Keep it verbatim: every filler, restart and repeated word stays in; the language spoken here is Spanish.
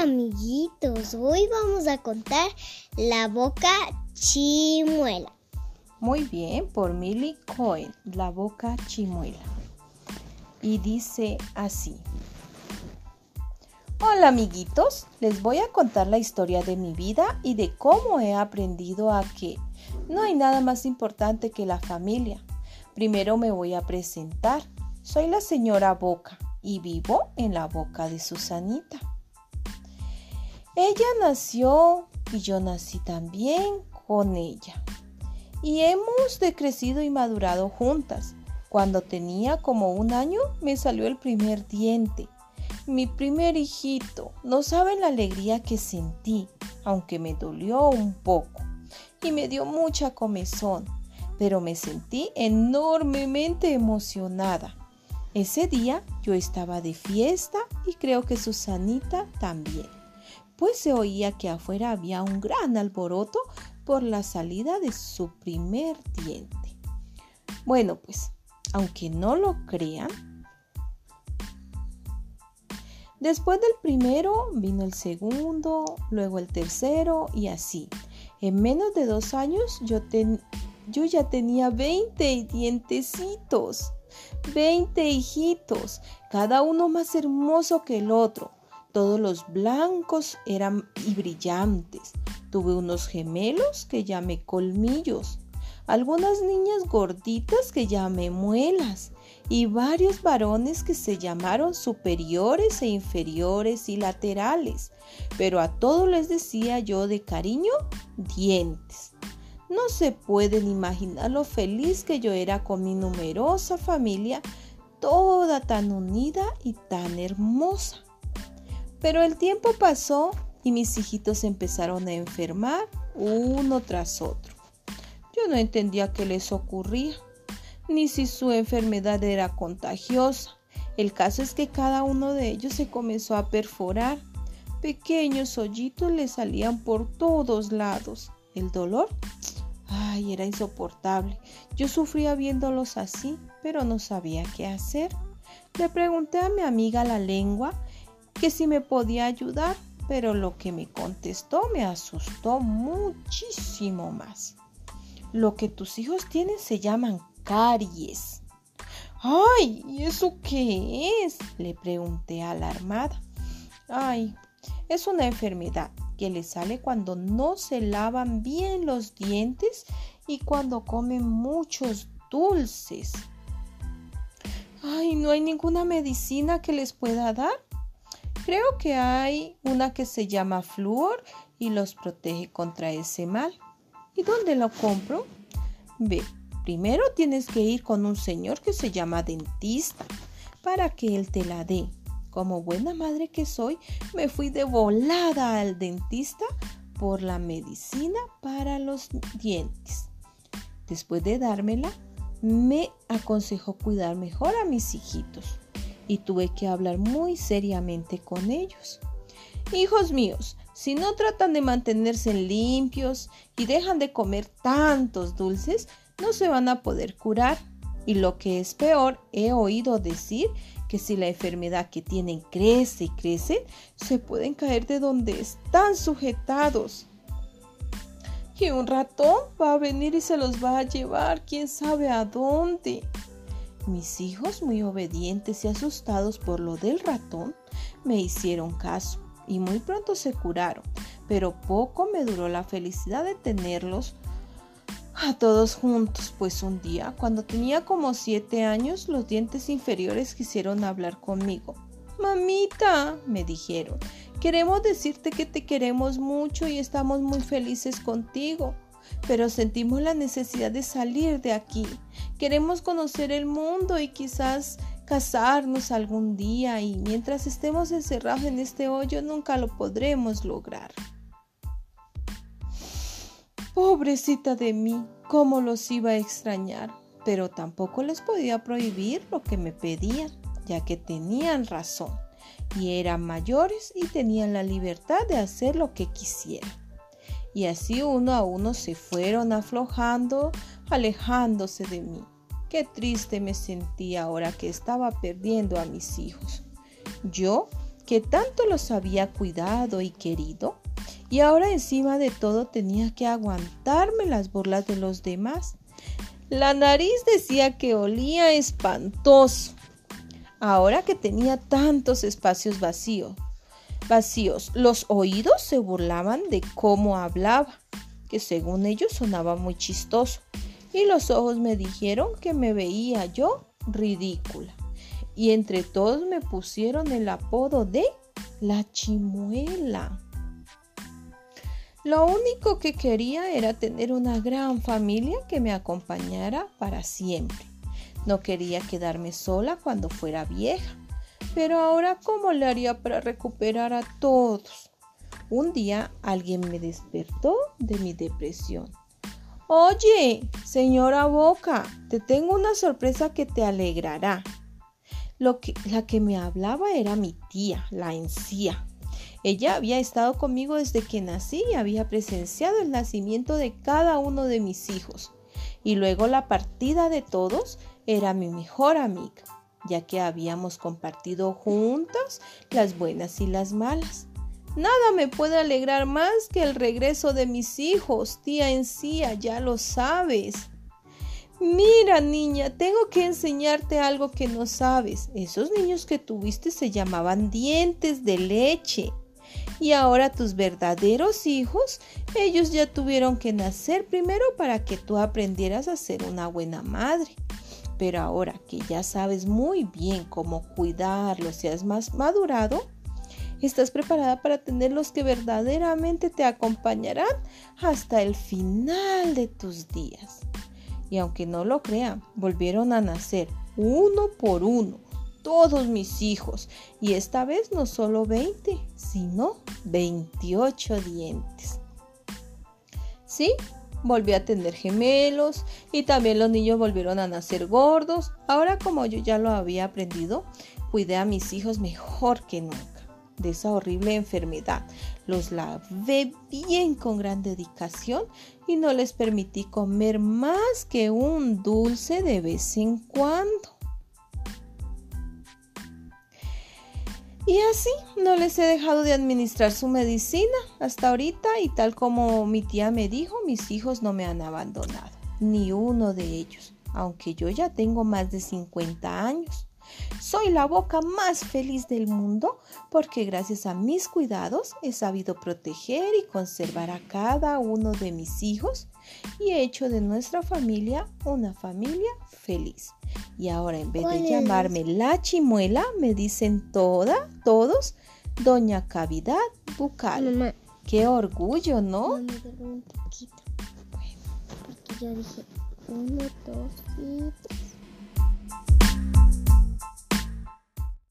amiguitos, hoy vamos a contar La boca chimuela. Muy bien, por Milly Cohen, La boca chimuela. Y dice así. Hola amiguitos, les voy a contar la historia de mi vida y de cómo he aprendido a que no hay nada más importante que la familia. Primero me voy a presentar. Soy la señora Boca y vivo en la boca de Susanita. Ella nació y yo nací también con ella. Y hemos decrecido y madurado juntas. Cuando tenía como un año me salió el primer diente. Mi primer hijito. No saben la alegría que sentí, aunque me dolió un poco y me dio mucha comezón, pero me sentí enormemente emocionada. Ese día yo estaba de fiesta y creo que Susanita también, pues se oía que afuera había un gran alboroto por la salida de su primer diente. Bueno, pues, aunque no lo crean, después del primero vino el segundo, luego el tercero y así. En menos de dos años yo, ten, yo ya tenía veinte dientecitos, veinte hijitos, cada uno más hermoso que el otro. Todos los blancos eran y brillantes. Tuve unos gemelos que llamé colmillos, algunas niñas gorditas que llamé muelas y varios varones que se llamaron superiores e inferiores y laterales, pero a todos les decía yo de cariño dientes. No se pueden imaginar lo feliz que yo era con mi numerosa familia, toda tan unida y tan hermosa. Pero el tiempo pasó y mis hijitos empezaron a enfermar uno tras otro. Yo no entendía qué les ocurría, ni si su enfermedad era contagiosa. El caso es que cada uno de ellos se comenzó a perforar. Pequeños hoyitos le salían por todos lados. El dolor, ay, era insoportable. Yo sufría viéndolos así, pero no sabía qué hacer. Le pregunté a mi amiga la lengua que si me podía ayudar, pero lo que me contestó me asustó muchísimo más. Lo que tus hijos tienen se llaman caries. ¡Ay! ¿Y eso qué es?, le pregunté alarmada. Ay, es una enfermedad que les sale cuando no se lavan bien los dientes y cuando comen muchos dulces. Ay, ¿no hay ninguna medicina que les pueda dar? Creo que hay una que se llama flúor y los protege contra ese mal. ¿Y dónde lo compro? Ve, primero tienes que ir con un señor que se llama dentista para que él te la dé. Como buena madre que soy, me fui de volada al dentista por la medicina para los dientes. Después de dármela, me aconsejó cuidar mejor a mis hijitos y tuve que hablar muy seriamente con ellos. Hijos míos, si no tratan de mantenerse limpios y dejan de comer tantos dulces, no se van a poder curar. Y lo que es peor, he oído decir que si la enfermedad que tienen crece y crece, se pueden caer de donde están sujetados. Y un ratón va a venir y se los va a llevar, quién sabe a dónde. Mis hijos, muy obedientes y asustados por lo del ratón, me hicieron caso y muy pronto se curaron, pero poco me duró la felicidad de tenerlos a todos juntos, pues un día, cuando tenía como siete años, los dientes inferiores quisieron hablar conmigo. Mamita, me dijeron, queremos decirte que te queremos mucho y estamos muy felices contigo, pero sentimos la necesidad de salir de aquí. Queremos conocer el mundo y quizás casarnos algún día, y mientras estemos encerrados en este hoyo nunca lo podremos lograr. Pobrecita de mí, cómo los iba a extrañar, pero tampoco les podía prohibir lo que me pedían, ya que tenían razón y eran mayores y tenían la libertad de hacer lo que quisieran. Y así uno a uno se fueron aflojando, alejándose de mí. Qué triste me sentí ahora que estaba perdiendo a mis hijos. Yo que tanto los había cuidado y querido, y ahora encima de todo tenía que aguantarme las burlas de los demás. La nariz decía que olía espantoso. Ahora que tenía tantos espacios vacíos, vacíos, los oídos se burlaban de cómo hablaba, que según ellos sonaba muy chistoso, y los ojos me dijeron que me veía yo ridícula. Y entre todos me pusieron el apodo de la Chimuela. Lo único que quería era tener una gran familia que me acompañara para siempre. No quería quedarme sola cuando fuera vieja. Pero ahora, ¿cómo le haría para recuperar a todos? Un día alguien me despertó de mi depresión. Oye, señora Boca, te tengo una sorpresa que te alegrará. Lo que, la que me hablaba era mi tía, la Encía. Ella había estado conmigo desde que nací y había presenciado el nacimiento de cada uno de mis hijos. Y luego la partida de todos. Era mi mejor amiga, ya que habíamos compartido juntas las buenas y las malas. Nada me puede alegrar más que el regreso de mis hijos, tía Encía, ya lo sabes. Mira, niña, tengo que enseñarte algo que no sabes. Esos niños que tuviste se llamaban dientes de leche. Y ahora tus verdaderos hijos, ellos ya tuvieron que nacer primero para que tú aprendieras a ser una buena madre. Pero ahora que ya sabes muy bien cómo cuidarlos y has más madurado, estás preparada para tener los que verdaderamente te acompañarán hasta el final de tus días. Y aunque no lo crean, volvieron a nacer uno por uno, todos mis hijos. Y esta vez no solo veinte, sino veintiocho dientes. ¿Sí? Volví a tener gemelos y también los niños volvieron a nacer gordos. Ahora, como yo ya lo había aprendido, cuidé a mis hijos mejor que nunca de esa horrible enfermedad. Los lavé bien con gran dedicación y no les permití comer más que un dulce de vez en cuando. Y así no les he dejado de administrar su medicina hasta ahorita, y tal como mi tía me dijo, mis hijos no me han abandonado, ni uno de ellos, aunque yo ya tengo más de cincuenta años. Soy la Boca más feliz del mundo porque gracias a mis cuidados he sabido proteger y conservar a cada uno de mis hijos y he hecho de nuestra familia una familia feliz. Y ahora, en vez de llamarme la Chimuela, me dicen toda, todos, Doña Cavidad Bucal. Mamá. ¡Qué orgullo!, ¿no? Mamá, un poquito. Bueno. Porque yo dije uno, dos y tres.